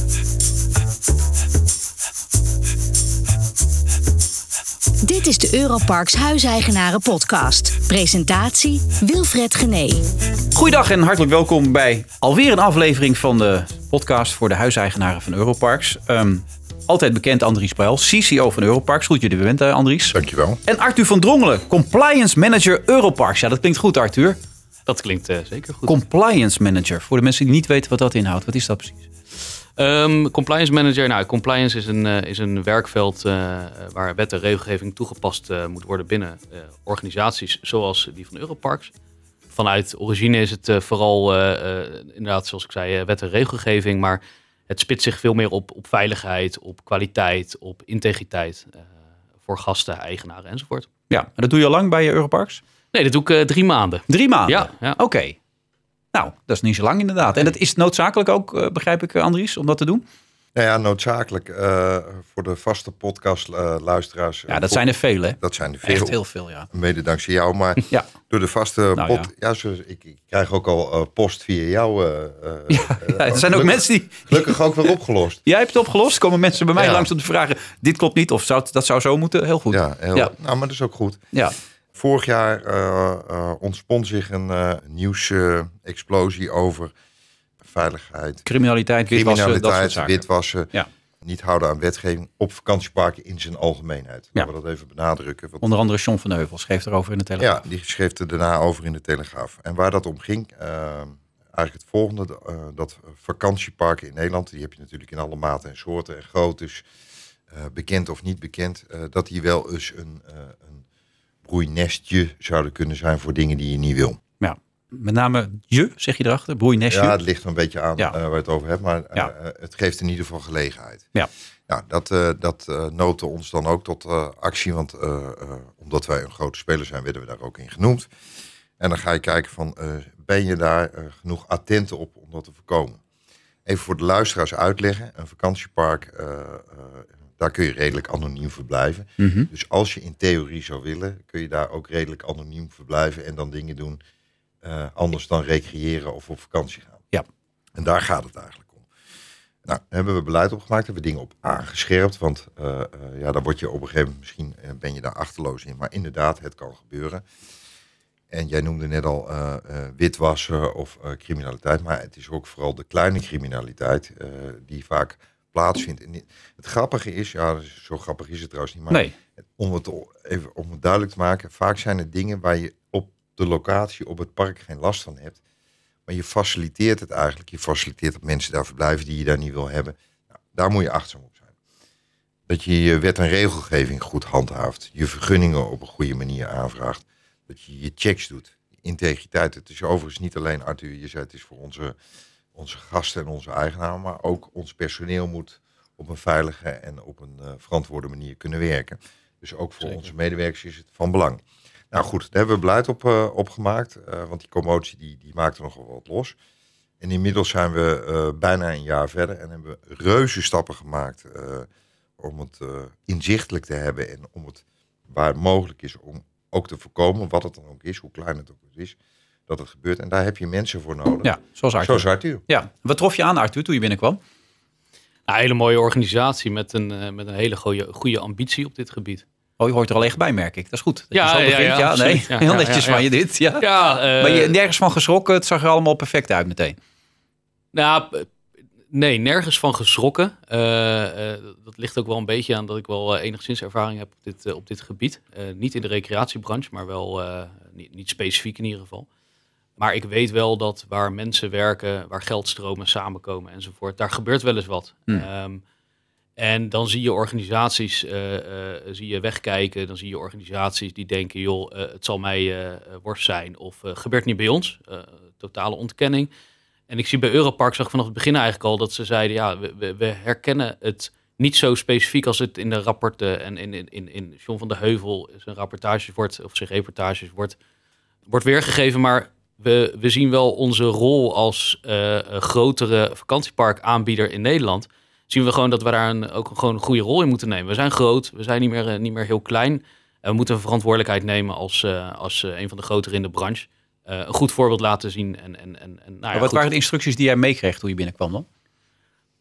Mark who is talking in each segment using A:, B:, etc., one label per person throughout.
A: Dit is de Europarks Huiseigenaren podcast. Presentatie Wilfred Genee.
B: Goeiedag en hartelijk welkom bij alweer een aflevering van de podcast voor de huiseigenaren van Europarks. Altijd bekend Andries Pijl, CCO van Europarks. Goed dat je er bent, Andries.
C: Dankjewel.
B: En Arthur van Drongelen, Compliance Manager Europarks. Ja, dat klinkt goed, Arthur.
D: Dat klinkt zeker goed.
B: Compliance Manager, voor de mensen die niet weten wat dat inhoudt. Wat is dat precies?
D: Compliance Manager. Nou, compliance is een werkveld waar wet en regelgeving toegepast moet worden binnen organisaties zoals die van Europarks. Vanuit origine is het vooral inderdaad, zoals ik zei, wet en regelgeving. Maar het spitst zich veel meer op veiligheid, op kwaliteit, op integriteit voor gasten, eigenaren enzovoort.
B: Ja, en dat doe je al lang bij Europarks?
D: Nee, dat doe ik 3 maanden.
B: 3 maanden?
D: Ja.
B: Oké. Nou, dat is niet zo lang inderdaad. En dat is noodzakelijk ook, begrijp ik, Andries, om dat te doen?
C: Nou ja, noodzakelijk. Voor de vaste podcastluisteraars.
B: Ja, dat zijn er veel, hè? Dat
C: zijn er veel.
B: Echt heel veel, ja.
C: Mede dankzij jou. Maar
B: ja.
C: Door de vaste ik krijg ook al post via jou.
B: Er zijn ook mensen die...
C: Gelukkig ook weer opgelost.
B: Jij hebt het opgelost? Komen mensen bij mij langs om te vragen... dit klopt niet of dat zou zo moeten? Heel goed.
C: Ja. Nou, maar dat is ook goed.
B: Ja.
C: Vorig jaar ontspon zich een nieuwsexplosie over veiligheid.
B: Criminaliteit,
C: witwassen. Ja. Niet houden aan wetgeving op vakantieparken in zijn algemeenheid. Laten we dat even benadrukken.
B: Onder andere John van Heuvel schreef erover in de Telegraaf.
C: Ja, die schreef er daarna over in de Telegraaf. En waar dat om ging, eigenlijk het volgende. Dat vakantieparken in Nederland, die heb je natuurlijk in alle maten en soorten en groottes, bekend of niet bekend, dat die wel eens een broeinestje zouden kunnen zijn voor dingen die je niet wil.
B: Ja, met name zeg je erachter, broeinestje.
C: Ja, het ligt er een beetje aan waar je het over hebt, maar het geeft in ieder geval gelegenheid.
B: Ja.
C: Nou, dat noodde ons dan ook tot actie, want omdat wij een grote speler zijn, werden we daar ook in genoemd. En dan ga je kijken van, ben je daar genoeg attent op om dat te voorkomen? Even voor de luisteraars uitleggen, een vakantiepark... daar kun je redelijk anoniem verblijven. Mm-hmm. Dus als je in theorie zou willen, kun je daar ook redelijk anoniem verblijven en dan dingen doen anders dan recreëren of op vakantie gaan.
B: Ja.
C: En daar gaat het eigenlijk om. Nou, hebben we beleid opgemaakt, hebben we dingen op aangescherpt, want daar word je op een gegeven moment, misschien ben je daar achterloos in, maar inderdaad, het kan gebeuren. En jij noemde net al witwassen of criminaliteit, maar het is ook vooral de kleine criminaliteit die vaak plaatsvindt. En het grappige is, zo grappig is het trouwens niet, maar om het duidelijk te maken, vaak zijn het dingen waar je op de locatie, op het park geen last van hebt, maar je faciliteert het eigenlijk. Je faciliteert dat mensen daar verblijven die je daar niet wil hebben. Nou, daar moet je achtzaam op zijn. Dat je je wet en regelgeving goed handhaaft, je vergunningen op een goede manier aanvraagt, dat je je checks doet, integriteit. Het is overigens niet alleen, Arthur, je zei het is voor onze gasten en onze eigenaren, maar ook ons personeel moet op een veilige en op een verantwoorde manier kunnen werken. Dus ook voor onze medewerkers is het van belang. Nou goed, daar hebben we beleid opgemaakt, want die commotie die maakte nogal wat los. En inmiddels zijn we bijna een jaar verder en hebben we reuze stappen gemaakt om het inzichtelijk te hebben en om het waar het mogelijk is om ook te voorkomen, wat het dan ook is, hoe klein het ook is, dat het gebeurt. En daar heb je mensen voor nodig.
B: Ja, zoals Arthur. Ja. Wat trof je aan, Arthur, toen je binnenkwam?
D: Een hele mooie organisatie met een hele goede ambitie op dit gebied.
B: Oh, je hoort er al echt bij, merk ik. Dat is goed.
D: Ja,
B: heel netjes van je dit. Ja. Maar je nergens van geschrokken. Het zag er allemaal perfect uit meteen.
D: Nou, nee, nergens van geschrokken. Dat ligt ook wel een beetje aan dat ik wel enigszins ervaring heb op dit gebied. Niet in de recreatiebranche, maar wel niet specifiek in ieder geval. Maar ik weet wel dat waar mensen werken, waar geldstromen samenkomen enzovoort, daar gebeurt wel eens wat. En dan zie je organisaties zie je wegkijken. Dan zie je organisaties die denken, joh, het zal mij worst zijn. Of gebeurt niet bij ons. Totale ontkenning. En ik zie bij Europarks, zag vanaf het begin eigenlijk al dat ze zeiden, ja, we herkennen het niet zo specifiek als het in de rapporten en in John van de Heuvel zijn rapportages zijn reportages wordt weergegeven. Maar we zien wel onze rol als grotere vakantieparkaanbieder in Nederland. Zien we gewoon dat we daar ook gewoon een goede rol in moeten nemen. We zijn groot, we zijn niet meer heel klein. We moeten een verantwoordelijkheid nemen als een van de grotere in de branche. Een goed voorbeeld laten zien. Wat
B: waren de instructies die jij meekreeg toen je binnenkwam dan?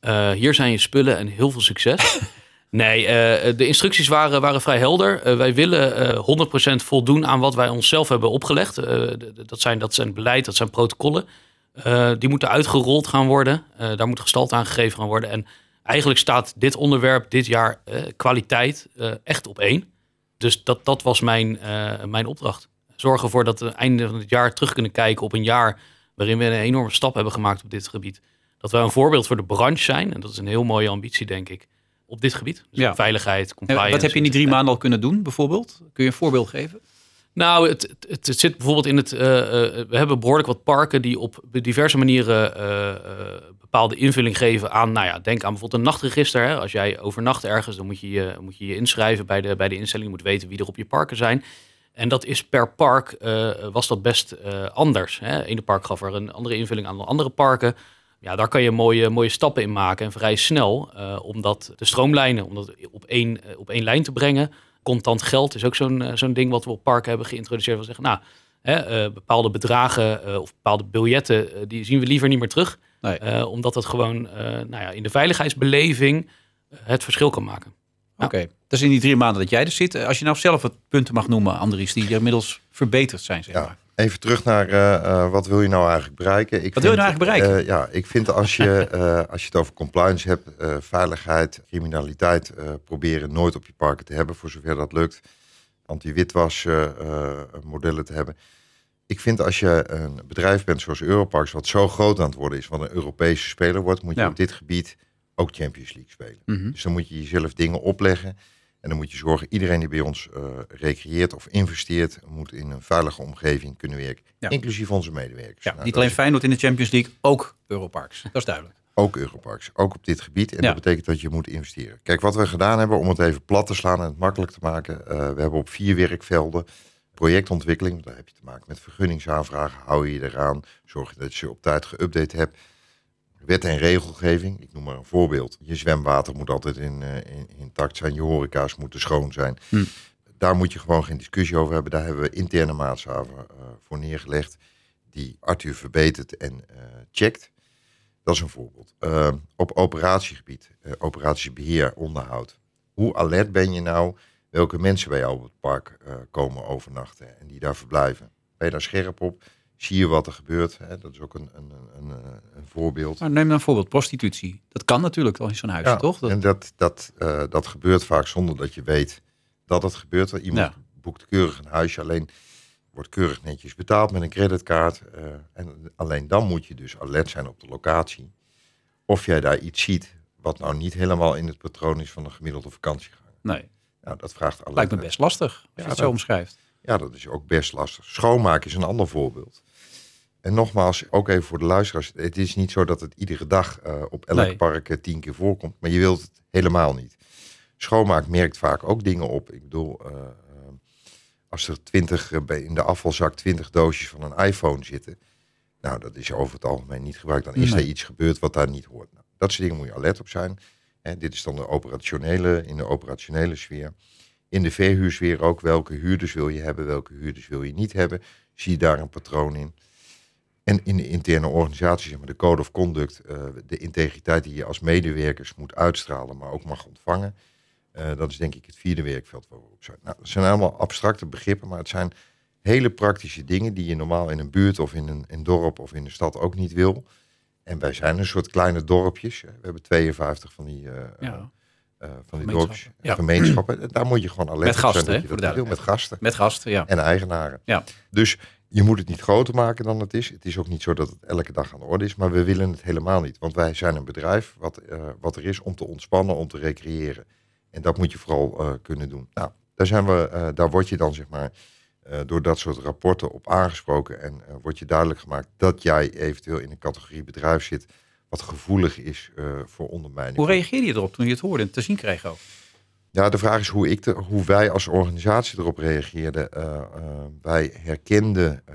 D: hier zijn je spullen en heel veel succes. Nee, de instructies waren vrij helder. Wij willen 100% voldoen aan wat wij onszelf hebben opgelegd. Dat zijn beleid, dat zijn protocollen. Die moeten uitgerold gaan worden. Daar moet gestalte aan gegeven gaan worden. En eigenlijk staat dit onderwerp dit jaar kwaliteit echt op 1. Dus dat was mijn opdracht. Zorgen ervoor dat we einde van het jaar terug kunnen kijken op een jaar waarin we een enorme stap hebben gemaakt op dit gebied. Dat we een voorbeeld voor de branche zijn. En dat is een heel mooie ambitie, denk ik, op dit gebied. Dus veiligheid, compliance.
B: En wat heb je in die 3 maanden al kunnen doen, bijvoorbeeld? Kun je een voorbeeld geven?
D: Nou, het zit bijvoorbeeld in het... we hebben behoorlijk wat parken die op diverse manieren bepaalde invulling geven aan... denk aan bijvoorbeeld een nachtregister. Hè. Als jij overnacht ergens, dan moet je je inschrijven bij de instelling. Je moet weten wie er op je parken zijn. En dat is per park was dat best anders. Hè. Ene park gaf er een andere invulling aan de andere parken. Ja, daar kan je mooie stappen in maken en vrij snel om dat te stroomlijnen. Om dat op één lijn te brengen. Contant geld is ook zo'n ding wat we op parken hebben geïntroduceerd. We zeggen, bepaalde bedragen of bepaalde biljetten, die zien we liever niet meer terug. Nee. Omdat dat gewoon in de veiligheidsbeleving het verschil kan maken.
B: Oké, dat is in die 3 maanden dat jij er zit. Als je nou zelf wat punten mag noemen, Andries, die inmiddels verbeterd zijn, zeg maar.
C: Even terug naar wat wil je nou eigenlijk bereiken? Ik vind als je het over compliance hebt, veiligheid, criminaliteit, proberen nooit op je parken te hebben, voor zover dat lukt. Anti-witwas modellen te hebben. Ik vind als je een bedrijf bent zoals Europarks, wat zo groot aan het worden is, wat een Europese speler wordt, moet je op dit gebied ook Champions League spelen. Mm-hmm. Dus dan moet je jezelf dingen opleggen. En dan moet je zorgen, iedereen die bij ons recreëert of investeert, moet in een veilige omgeving kunnen werken. Ja. Inclusief onze medewerkers.
B: Ja, niet alleen Feyenoord in de Champions League, ook Europarks. Dat is duidelijk.
C: Ook Europarks, ook op dit gebied. En dat betekent dat je moet investeren. Kijk, wat we gedaan hebben, om het even plat te slaan en het makkelijk te maken. We hebben op 4 werkvelden projectontwikkeling. Daar heb je te maken met vergunningsaanvragen. Hou je eraan, zorg dat je op tijd geüpdate hebt. Wet en regelgeving, ik noem maar een voorbeeld. Je zwemwater moet altijd intact zijn. Je horeca's moeten schoon zijn. Daar moet je gewoon geen discussie over hebben. Daar hebben we interne maatstaven voor neergelegd. Die Arthur verbetert en checkt. Dat is een voorbeeld. Op operatiegebied, operatiebeheer, onderhoud. Hoe alert ben je nou welke mensen bij jou op het park komen overnachten en die daar verblijven? Ben je daar scherp op? Zie je wat er gebeurt? Hè? Dat is ook een voorbeeld.
B: Maar neem dan een voorbeeld, prostitutie. Dat kan natuurlijk wel in zo'n huis, toch?
C: En dat gebeurt vaak zonder dat je weet dat het gebeurt. Iemand boekt keurig een huisje, alleen wordt keurig netjes betaald met een creditcard. En alleen dan moet je dus alert zijn op de locatie. Of jij daar iets ziet wat nou niet helemaal in het patroon is van een gemiddelde vakantiegang.
B: Nee.
C: Nou, dat vraagt alert.
B: Lijkt me best lastig, als je het zo omschrijft.
C: Ja, dat is ook best lastig. Schoonmaken is een ander voorbeeld. En nogmaals, ook even voor de luisteraars. Het is niet zo dat het iedere dag op elk park 10 keer voorkomt. Maar je wilt het helemaal niet. Schoonmaak merkt vaak ook dingen op. Ik bedoel, als er 20 in de afvalzak 20 doosjes van een iPhone zitten. Nou, dat is over het algemeen niet gebruikt. Dan is er iets gebeurd wat daar niet hoort. Nou, dat soort dingen moet je alert op zijn. Dit is dan in de operationele sfeer. In de verhuursfeer ook. Welke huurders wil je hebben? Welke huurders wil je niet hebben? Zie je daar een patroon in? En in de interne organisatie, zeg maar, de code of conduct, de integriteit die je als medewerkers moet uitstralen, maar ook mag ontvangen. Dat is denk ik het 4e werkveld waar we op zijn. Nou, dat zijn allemaal abstracte begrippen, maar het zijn hele praktische dingen die je normaal in een buurt of in een dorp of in de stad ook niet wil. En wij zijn een soort kleine dorpjes. We hebben 52 van die dorpjes, gemeenschappen. Daar moet je gewoon alert
B: met gasten,
C: zijn. Met gasten.
B: Met gasten, ja.
C: En eigenaren.
B: Ja.
C: Dus je moet het niet groter maken dan het is. Het is ook niet zo dat het elke dag aan de orde is. Maar we willen het helemaal niet. Want wij zijn een bedrijf wat er is om te ontspannen, om te recreëren. En dat moet je vooral kunnen doen. Nou, daar word je dan zeg maar door dat soort rapporten op aangesproken. En wordt je duidelijk gemaakt dat jij eventueel in een categorie bedrijf zit wat gevoelig is voor ondermijning.
B: Hoe reageerde je erop toen je het hoorde en te zien kreeg ook?
C: Ja, de vraag is hoe wij als organisatie erop reageerden. Wij herkennen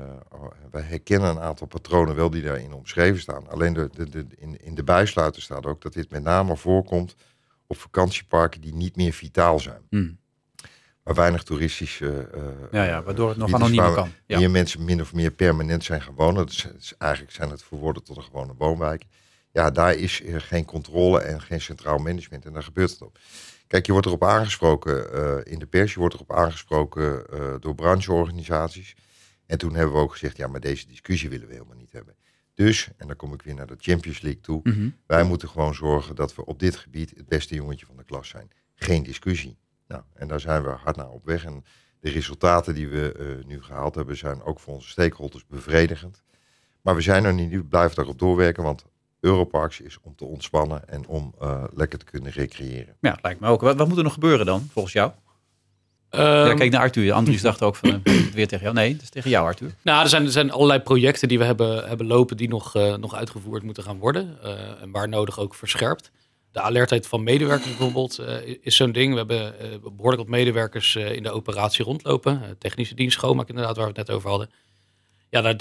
C: een aantal patronen wel die daarin omschreven staan. Alleen in de bijsluiter staat ook dat dit met name voorkomt op vakantieparken die niet meer vitaal zijn. Waar weinig toeristisch...
B: waardoor het nog anoniemer kan.
C: Meer mensen min of meer permanent zijn gaan wonen. Eigenlijk zijn het verworden tot een gewone woonwijk. Ja, daar is geen controle en geen centraal management. En daar gebeurt het op. Kijk, je wordt erop aangesproken in de pers. Je wordt erop aangesproken door brancheorganisaties. En toen hebben we ook gezegd, ja, maar deze discussie willen we helemaal niet hebben. Dus, en dan kom ik weer naar de Champions League toe.
B: Mm-hmm.
C: Wij moeten gewoon zorgen dat we op dit gebied het beste jongetje van de klas zijn. Geen discussie. Nou, en daar zijn we hard naar op weg. En de resultaten die we nu gehaald hebben zijn ook voor onze stakeholders bevredigend. Maar we zijn er niet, we blijven daarop doorwerken, want Europarks is om te ontspannen en om lekker te kunnen recreëren.
B: Ja, lijkt me ook. Wat moet er nog gebeuren dan, volgens jou? Ja, kijk naar Arthur. Andries dacht ook van weer tegen jou. Nee, dat is tegen jou, Arthur.
D: Nou, er zijn allerlei projecten die we hebben lopen die nog uitgevoerd moeten gaan worden. En waar nodig ook verscherpt. De alertheid van medewerkers bijvoorbeeld is zo'n ding. We hebben behoorlijk wat medewerkers in de operatie rondlopen. Technische dienst, schoonmaak inderdaad, waar we het net over hadden. Ja,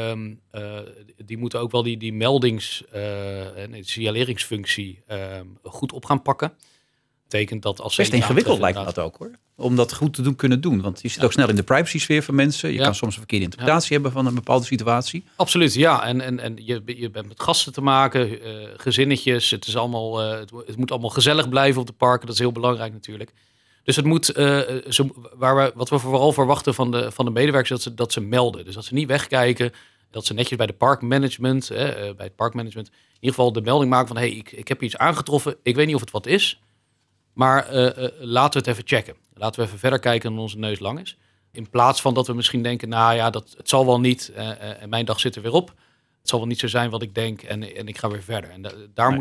D: die moeten ook wel die signaleringsfunctie goed op gaan pakken. Betekent dat als
B: best ingewikkeld lijkt me dat ook, hoor. Om dat goed te kunnen doen. Want je zit ook snel in de privacysfeer van mensen. Je kan soms een verkeerde interpretatie hebben van een bepaalde situatie.
D: Absoluut, ja. En je bent met gasten te maken, gezinnetjes. Het is allemaal, het moet allemaal gezellig blijven op de parken. Dat is heel belangrijk natuurlijk. Dus het moet, wat we vooral verwachten van de medewerkers, dat ze melden. Dus dat ze niet wegkijken. Dat ze netjes bij de parkmanagement, bij het parkmanagement, in ieder geval de melding maken van, hey, ik heb iets aangetroffen. Ik weet niet of het wat is. Maar laten we het even checken. Laten we even verder kijken dan onze neus lang is. In plaats van dat we misschien denken, nou ja, het zal wel niet. En mijn dag zit er weer op. Het zal wel niet zo zijn wat ik denk en ik ga weer verder. En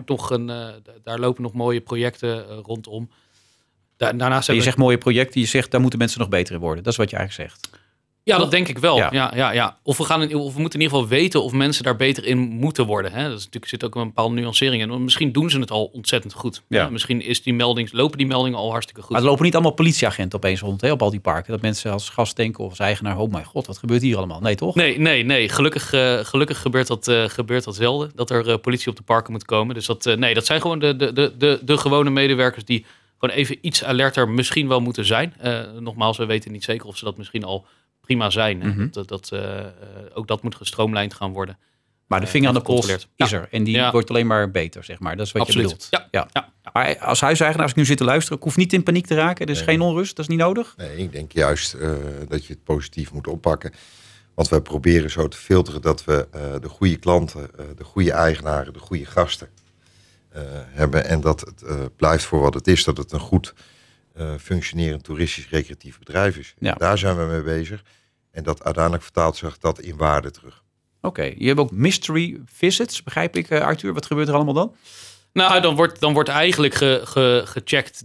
D: daar lopen nog mooie projecten rondom. Daarnaast
B: je zegt mooie projecten, je zegt daar moeten mensen nog beter in worden. Dat is wat je eigenlijk zegt.
D: Ja, dat denk ik wel.
B: Ja.
D: Ja. Of we moeten in ieder geval weten of mensen daar beter in moeten worden. Hè? Dat is natuurlijk, zit ook een bepaalde nuancering in. Want misschien doen ze het al ontzettend goed.
B: Ja.
D: Misschien lopen die meldingen al hartstikke goed.
B: Maar er lopen niet allemaal politieagenten opeens rond, hè, op al die parken. Dat mensen als gast denken of als eigenaar, oh mijn god, wat gebeurt hier allemaal? Nee, toch?
D: Nee. Gelukkig gebeurt dat zelden. Dat er politie op de parken moet komen. Dus dat zijn gewoon de gewone medewerkers die gewoon even iets alerter misschien wel moeten zijn. Nogmaals, we weten niet zeker of ze dat misschien al prima zijn. Mm-hmm. Ook dat moet gestroomlijnd gaan worden.
B: Maar de vinger aan de pols is er. En die wordt alleen maar beter, zeg maar. Dat is wat
D: absoluut.
B: Je bedoelt. Ja. Maar als huiseigenaar, als ik nu zit te luisteren, ik hoef niet in paniek te raken. Er is geen onrust, dat is niet nodig.
C: Nee, ik denk juist dat je het positief moet oppakken. Want wij proberen zo te filteren dat we de goede klanten, de goede eigenaren, de goede gasten hebben. En dat het blijft voor wat het is. Dat het een goed functionerend toeristisch recreatief bedrijf is.
B: Ja.
C: Daar zijn we mee bezig. En dat uiteindelijk vertaalt zich dat in waarde terug.
B: Oké, je hebt ook mystery visits, begrijp ik, Arthur. Wat gebeurt er allemaal dan?
D: Nou, dan wordt eigenlijk gecheckt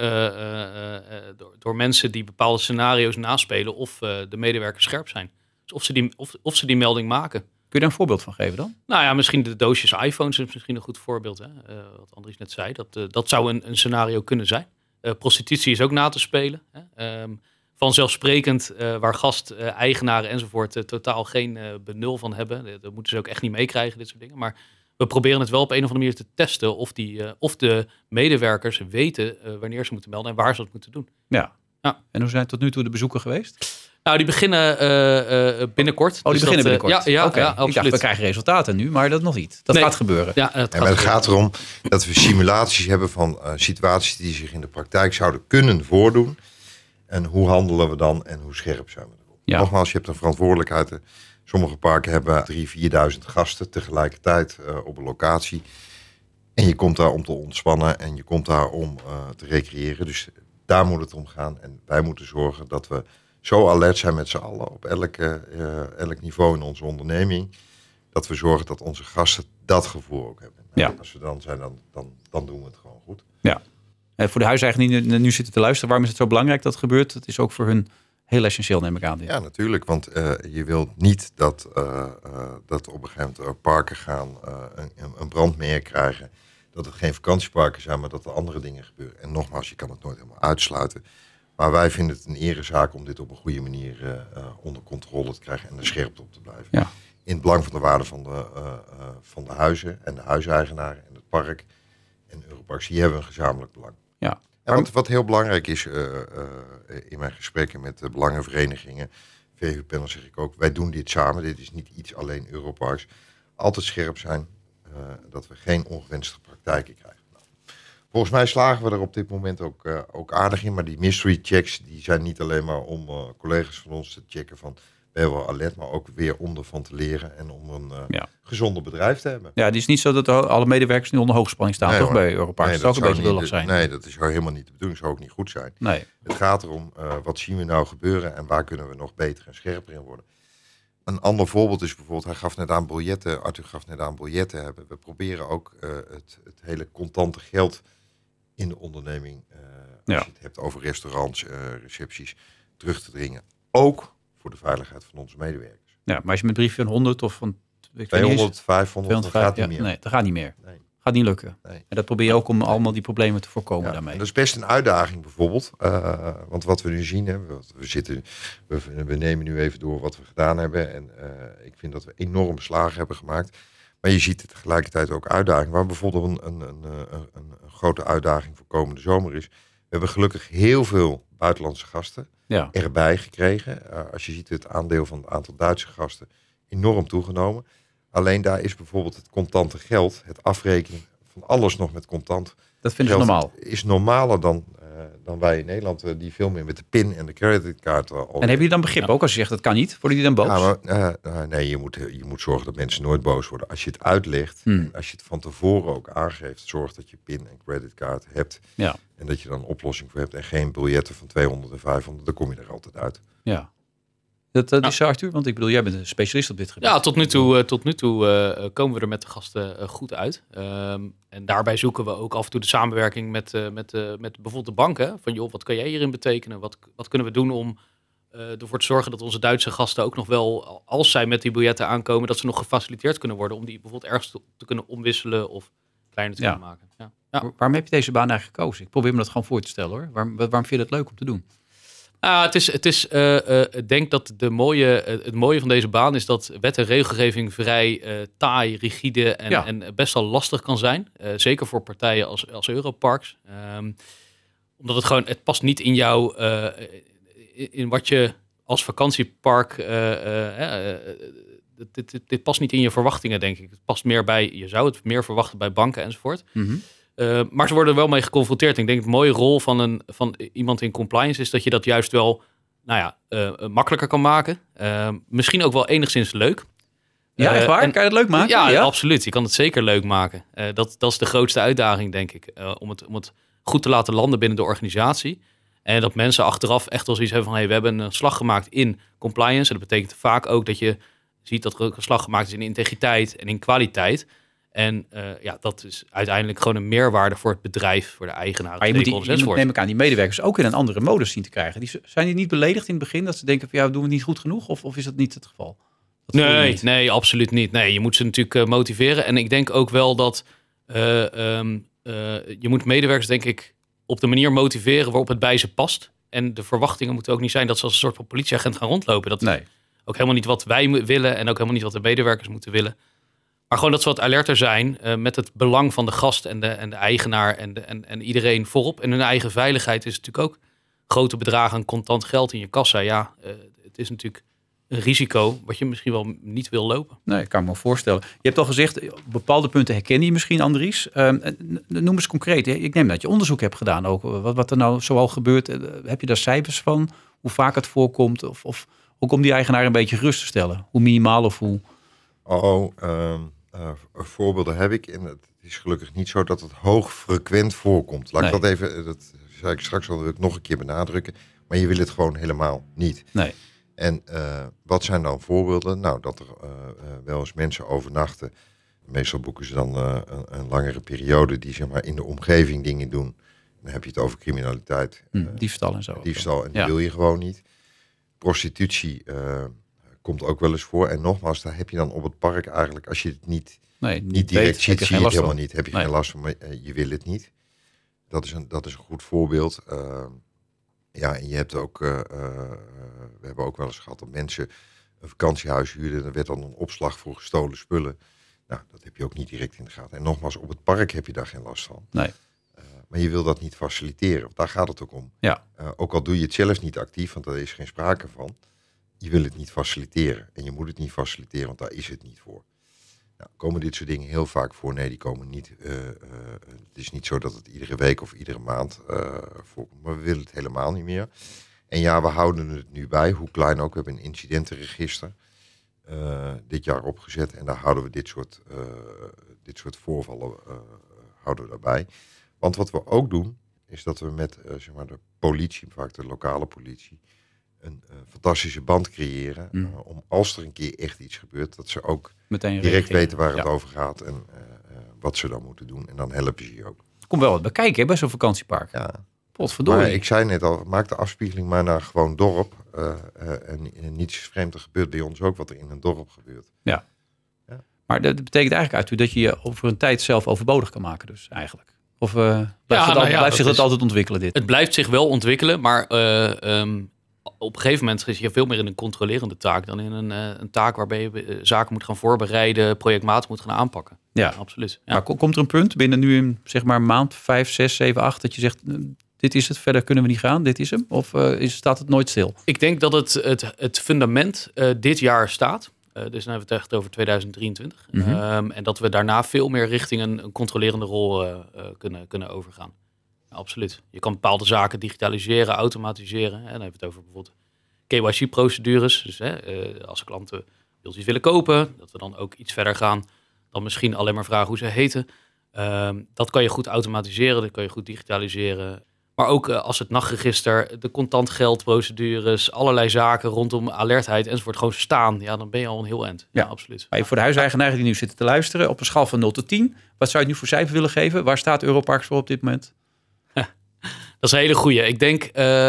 D: door mensen die bepaalde scenario's naspelen of de medewerkers scherp zijn. Dus of ze die melding maken.
B: Kun je daar een voorbeeld van geven dan?
D: Nou ja, misschien de doosjes iPhones is misschien een goed voorbeeld. Hè? Wat Andries net zei, dat zou een scenario kunnen zijn. Prostitutie is ook na te spelen. Hè? Vanzelfsprekend waar gast, eigenaren enzovoort totaal geen benul van hebben. Dat moeten ze ook echt niet meekrijgen, dit soort dingen. Maar we proberen het wel op een of andere manier te testen of de medewerkers weten wanneer ze moeten melden en waar ze dat moeten doen.
B: Ja. En hoe zijn tot nu toe de bezoeken geweest?
D: Nou, die beginnen binnenkort.
B: Oh, die beginnen binnenkort?
D: Ja,
B: okay.
D: absoluut.
B: Ik dacht, we krijgen resultaten nu, maar dat nog niet. Dat gaat gebeuren.
D: Ja,
C: het gaat erom dat we simulaties hebben van situaties die zich in de praktijk zouden kunnen voordoen. En hoe handelen we dan en hoe scherp zijn we erop? Ja. Nogmaals, je hebt een verantwoordelijkheid. Sommige parken hebben 3.000, 4.000 gasten tegelijkertijd op een locatie. En je komt daar om te ontspannen en je komt daar om te recreëren. Dus daar moet het om gaan. En wij moeten zorgen dat we zo alert zijn met z'n allen op elk niveau in onze onderneming. Dat we zorgen dat onze gasten dat gevoel ook hebben. Nou, als we dan zijn, dan doen we het gewoon goed.
B: Ja. Voor de huiseigenaren die nu zitten te luisteren, waarom is het zo belangrijk dat het gebeurt? Het is ook voor hun heel essentieel, neem ik aan.
C: Ja, natuurlijk. Want je wilt niet dat op een gegeven moment parken gaan een brandmeer krijgen. Dat het geen vakantieparken zijn, maar dat er andere dingen gebeuren. En nogmaals, je kan het nooit helemaal uitsluiten. Maar wij vinden het een erezaak om dit op een goede manier onder controle te krijgen en er scherp op te blijven. Ja. In het belang van de waarde van de huizen en de huiseigenaren en het park en Europarks. Hier hebben we een gezamenlijk belang.
B: Ja.
C: En wat heel belangrijk is in mijn gesprekken met de belangenverenigingen, VU-panel zeg ik ook, wij doen dit samen. Dit is niet iets alleen Europarks. Altijd scherp zijn, dat we geen ongewenste praktijken krijgen. Nou, volgens mij slagen we er op dit moment ook aardig in. Maar die mystery checks die zijn niet alleen maar om collega's van ons te checken van... We hebben wel alert, maar ook weer om ervan te leren en om een gezonder bedrijf te hebben.
B: Ja, het is niet zo dat alle medewerkers nu onder hoogspanning staan, toch, bij Europarks?
C: Nee,
B: dat zou ook een beetje lullig zijn.
C: Nee, dat is helemaal niet de bedoeling. Dat zou ook niet goed zijn.
B: Nee.
C: Het gaat erom, wat zien we nou gebeuren en waar kunnen we nog beter en scherper in worden. Een ander voorbeeld is bijvoorbeeld, Arthur gaf net aan biljetten hebben. We proberen ook het hele contante geld in de onderneming, als je het hebt over restaurants, recepties, terug te dringen. Ook voor de veiligheid van onze medewerkers.
B: Ja, maar als je met een briefje van 100 of van
C: 200, 500, dat gaat niet meer.
B: Nee, dat gaat niet meer.
C: Nee.
B: Gaat niet lukken.
C: Nee.
B: En dat probeer je ook om allemaal die problemen te voorkomen daarmee.
C: En dat is best een uitdaging bijvoorbeeld. Want wat we nu zien, hè, we nemen nu even door wat we gedaan hebben. En ik vind dat we enorm slagen hebben gemaakt. Maar je ziet het tegelijkertijd ook uitdaging. Waar bijvoorbeeld een grote uitdaging voor komende zomer is. We hebben gelukkig heel veel buitenlandse gasten erbij gekregen. Als je ziet het aandeel van het aantal Duitse gasten enorm toegenomen. Alleen daar is bijvoorbeeld het contante geld, het afrekenen van alles nog met contant.
B: Dat vinden ze normaal.
C: Is normaler dan wij in Nederland, die veel meer met de PIN en de creditkaart.
B: En hebben jullie dan begrip ook als je zegt dat kan niet? Worden die dan boos?
C: Nee, je moet zorgen dat mensen nooit boos worden. Als je het uitlegt, als je het van tevoren ook aangeeft, zorg dat je PIN en creditkaart hebt. Ja. En dat je dan een oplossing voor hebt en geen biljetten van 200 en 500, dan kom je er altijd uit. Ja.
B: Dat is zo, Arthur, want ik bedoel, jij bent een specialist op dit gebied.
D: Ja, tot nu toe komen we er met de gasten goed uit. En daarbij zoeken we ook af en toe de samenwerking met bijvoorbeeld de banken. Van joh, wat kan jij hierin betekenen? Wat kunnen we doen om ervoor te zorgen dat onze Duitse gasten ook nog wel, als zij met die biljetten aankomen, dat ze nog gefaciliteerd kunnen worden om die bijvoorbeeld ergens te kunnen omwisselen of kleiner te kunnen maken. Ja. Ja.
B: Waarom heb je deze baan eigenlijk gekozen? Ik probeer me dat gewoon voor te stellen hoor. Waarom vind je het leuk om te doen?
D: Ik denk dat het mooie van deze baan is dat wet en regelgeving vrij taai, rigide en best wel lastig kan zijn. Zeker voor partijen als Europarks. Omdat het past niet in jou, in wat je als vakantiepark, dit past niet in je verwachtingen, denk ik. Het past meer bij, je zou het meer verwachten bij banken enzovoort. Mm-hmm. Maar ze worden er wel mee geconfronteerd. Ik denk de mooie rol van iemand in compliance is dat je dat juist wel makkelijker kan maken. Misschien ook wel enigszins leuk.
B: Ja, echt waar? Kan je het leuk maken?
D: Ja, absoluut. Je kan het zeker leuk maken. Dat is de grootste uitdaging, denk ik. Om het goed te laten landen binnen de organisatie. En dat mensen achteraf echt wel zoiets hebben van, we hebben een slag gemaakt in compliance. En dat betekent vaak ook dat je ziet dat er ook een slag gemaakt is in integriteit en in kwaliteit. En dat is uiteindelijk gewoon een meerwaarde voor het bedrijf, voor de eigenaar.
B: Maar je moet neem ik aan die medewerkers ook in een andere modus zien te krijgen. Zijn die niet beledigd in het begin? Dat ze denken van doen we het niet goed genoeg? Of is dat niet het geval?
D: Nee, absoluut niet. Nee, je moet ze natuurlijk motiveren. En ik denk ook wel dat je moet medewerkers denk ik op de manier motiveren waarop het bij ze past. En de verwachtingen moeten ook niet zijn dat ze als een soort van politieagent gaan rondlopen. Dat is ook helemaal niet wat wij willen en ook helemaal niet wat de medewerkers moeten willen. Maar gewoon dat ze wat alerter zijn met het belang van de gast en de eigenaar en iedereen voorop. En hun eigen veiligheid is natuurlijk ook grote bedragen aan contant geld in je kassa. Ja, het is natuurlijk een risico wat je misschien wel niet wil lopen.
B: Nee, kan ik me voorstellen. Je hebt al gezegd, op bepaalde punten herken je misschien, Andries. Noem eens concreet. Ik neem dat je onderzoek hebt gedaan ook. Wat er nou zoal gebeurt. Heb je daar cijfers van? Hoe vaak het voorkomt? Of ook om die eigenaar een beetje rust te stellen? Hoe minimaal of hoe...
C: Voorbeelden heb ik. En het is gelukkig niet zo dat het hoog frequent voorkomt. Laat ik dat even, dat zei ik straks al, wil ik nog een keer benadrukken. Maar je wil het gewoon helemaal niet.
B: Nee.
C: En wat zijn dan voorbeelden? Nou, dat er wel eens mensen overnachten. Meestal boeken ze dan een langere periode die zeg maar in de omgeving dingen doen. Dan heb je het over criminaliteit.
B: Diefstal en zo.
C: Diefstal, en die wil je gewoon niet. Prostitutie komt ook wel eens voor. En nogmaals, daar heb je dan op het park eigenlijk, als je het niet direct ziet, zie je het helemaal niet. Heb je geen last van, maar je wil het niet. Dat is een goed voorbeeld. En je hebt ook, we hebben ook wel eens gehad dat mensen een vakantiehuis huurden. En er werd dan een opslag voor gestolen spullen. Nou, dat heb je ook niet direct in de gaten. En nogmaals, op het park heb je daar geen last van.
B: Nee.
C: Maar je wil dat niet faciliteren. Want daar gaat het ook om.
B: Ja.
C: Ook al doe je het zelf niet actief, want daar is geen sprake van. Je wil het niet faciliteren. En je moet het niet faciliteren, want daar is het niet voor. Nou, komen dit soort dingen heel vaak voor? Nee, die komen niet. Het is niet zo dat het iedere week of iedere maand voorkomt. Maar we willen het helemaal niet meer. En ja, we houden het nu bij, hoe klein ook. We hebben een incidentenregister dit jaar opgezet. En daar houden we dit soort voorvallen houden we daarbij. Want wat we ook doen, is dat we met de politie, vaak de lokale politie, een fantastische band creëren. Om als er een keer echt iets gebeurt, dat ze ook
B: meteen
C: direct
B: reageren.
C: weten waar het over gaat en wat ze dan moeten doen. En dan helpen ze je ook.
B: Kom wel wat bekijken hè, bij zo'n vakantiepark.
C: Ja.
B: Potverdorie.
C: Maar ik zei net al, maak de afspiegeling maar naar gewoon dorp. En niets vreemd, er gebeurt bij ons ook wat er in een dorp gebeurt.
B: Ja. Maar dat betekent eigenlijk uit dat je je over een tijd zelf overbodig kan maken dus eigenlijk. Of blijft zich dat altijd ontwikkelen dit?
D: Het blijft zich wel ontwikkelen, maar op een gegeven moment is je veel meer in een controlerende taak dan in een taak waarbij je zaken moet gaan voorbereiden, projectmatig moet gaan aanpakken.
B: Ja,
D: absoluut. Ja.
B: Maar komt er een punt binnen nu een maand 5, 6, 7, 8 dat je zegt dit is het, verder kunnen we niet gaan, dit is hem? Of staat het nooit stil?
D: Ik denk dat het fundament dit jaar staat. Dus dan hebben we het echt over 2023. En dat we daarna veel meer richting een controlerende rol kunnen overgaan. Ja, absoluut. Je kan bepaalde zaken digitaliseren, automatiseren. En dan hebben we het over bijvoorbeeld KYC-procedures. Dus als klanten iets willen kopen, dat we dan ook iets verder gaan dan misschien alleen maar vragen hoe ze heten. Dat kan je goed automatiseren, dat kan je goed digitaliseren. Maar ook als het nachtregister, de contant geldprocedures, allerlei zaken rondom alertheid enzovoort gewoon staan. Ja, dan ben je al een heel eind. Ja, absoluut.
B: Maar voor de huiseigenaren die nu zitten te luisteren, op een schaal van 0 tot 10, wat zou je nu voor cijfer willen geven? Waar staat Europarks voor op dit moment?
D: Dat is een hele goeie. Ik denk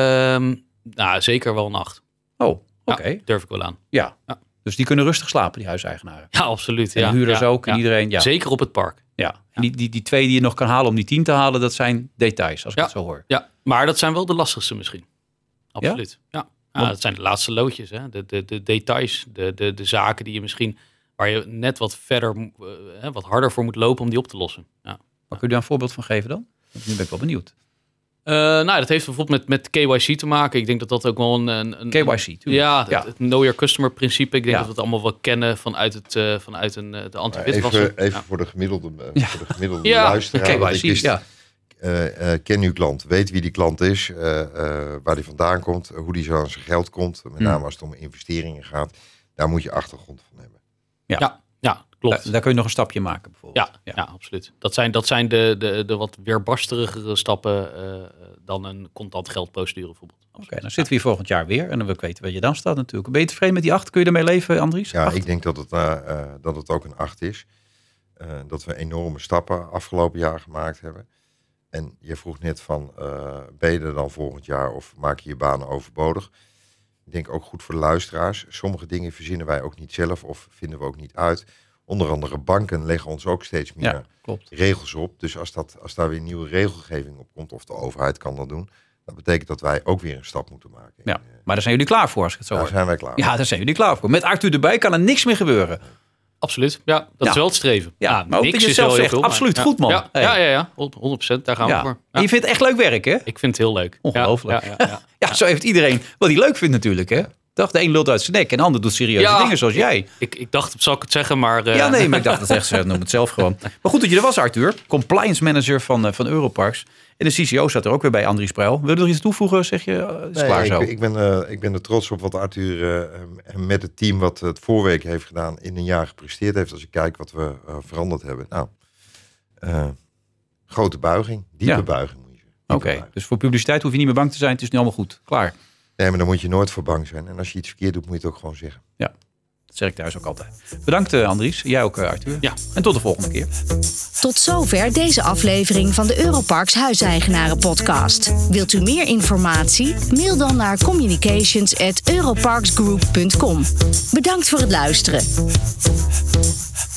D: zeker wel een 8.
B: Oh, oké.
D: Ja, durf ik wel aan.
B: Ja. Dus die kunnen rustig slapen, die huiseigenaren.
D: Ja, absoluut.
B: En de huurders ook. En iedereen. Ja.
D: Zeker op het park.
B: Ja. En die 2 die je nog kan halen om die 10 te halen, dat zijn details, als ik het zo hoor.
D: Ja, maar dat zijn wel de lastigste misschien. Absoluut. Ja. Dat zijn de laatste loodjes. Hè? De details, de zaken die je misschien, waar je net wat verder, wat harder voor moet lopen om die op te lossen. Ja.
B: Kun je daar een voorbeeld van geven dan? Want nu ben ik wel benieuwd.
D: Dat heeft bijvoorbeeld met KYC te maken. Ik denk dat ook wel een
B: KYC, tuurlijk.
D: Ja, het Know Your Customer principe. Ik denk dat we het allemaal wel kennen vanuit de anti-witwassen.
C: Even voor de gemiddelde luisteraar.
B: KYC,
C: ken uw klant. Weet wie die klant is. Waar die vandaan komt. Hoe die zo aan zijn geld komt. Met name als het om investeringen gaat. Daar moet je achtergrond van hebben.
D: Ja, klopt.
B: Daar kun je nog een stapje maken bijvoorbeeld.
D: Ja, absoluut. Dat zijn de wat weerbarstigere stappen dan een contant geldprocedure bijvoorbeeld.
B: Oké, dan zitten we hier volgend jaar weer. En dan wil ik weten waar je dan staat natuurlijk. Ben je tevreden met die 8? Kun je ermee leven, Andries?
C: Ja,
B: 8?
C: ik denk dat het ook een 8 is. Dat we enorme stappen afgelopen jaar gemaakt hebben. En je vroeg net van, ben je er dan volgend jaar of maak je je banen overbodig? Ik denk ook goed voor de luisteraars. Sommige dingen verzinnen wij ook niet zelf of vinden we ook niet uit. Onder andere banken leggen ons ook steeds meer regels op. Dus als daar weer nieuwe regelgeving op komt, of de overheid kan dat doen, dat betekent dat wij ook weer een stap moeten maken.
B: Ja, maar daar zijn jullie klaar voor als ik het zo hoor.
C: Daar zijn wij klaar voor.
B: Ja, daar zijn jullie klaar voor. Met Arthur erbij kan er niks meer gebeuren.
D: Absoluut. Ja, dat is wel het streven.
B: Ja, maar ook dat je het zelf zegt. Absoluut goed, man.
D: Ja, 100%. Daar gaan we voor. Ja.
B: En je vindt het echt leuk werk, hè?
D: Ik vind het heel leuk.
B: Ongelooflijk. Ja, zo heeft iedereen wat hij leuk vindt natuurlijk, hè? De een lult uit zijn nek en de ander doet serieuze dingen zoals jij.
D: Ik dacht, zal ik het zeggen, maar...
B: maar ik dacht dat echt zeggen, noem het zelf gewoon. Maar goed dat je er was, Arthur. Compliance manager van Europarks. En de CCO zat er ook weer bij, Andries Pruil. Wil je nog iets toevoegen, zeg je? Is klaar zo?
C: Ik ben er trots op wat Arthur met het team wat het vorige heeft gedaan in een jaar gepresteerd heeft. Als ik kijk wat we veranderd hebben. Nou, grote buiging, diepe buiging moet je zeggen.
B: Oké, dus voor publiciteit hoef je niet meer bang te zijn. Het is nu allemaal goed. Klaar.
C: Nee, maar dan moet je nooit voor bang zijn. En als je iets verkeerd doet, moet je het ook gewoon zeggen.
B: Ja, dat zeg ik thuis ook altijd. Bedankt Andries. Jij ook Arthur.
D: Ja.
B: En tot de volgende keer.
A: Tot zover deze aflevering van de Europarks Huiseigenaren podcast. Wilt u meer informatie? Mail dan naar communications@europarksgroup.com. Bedankt voor het luisteren.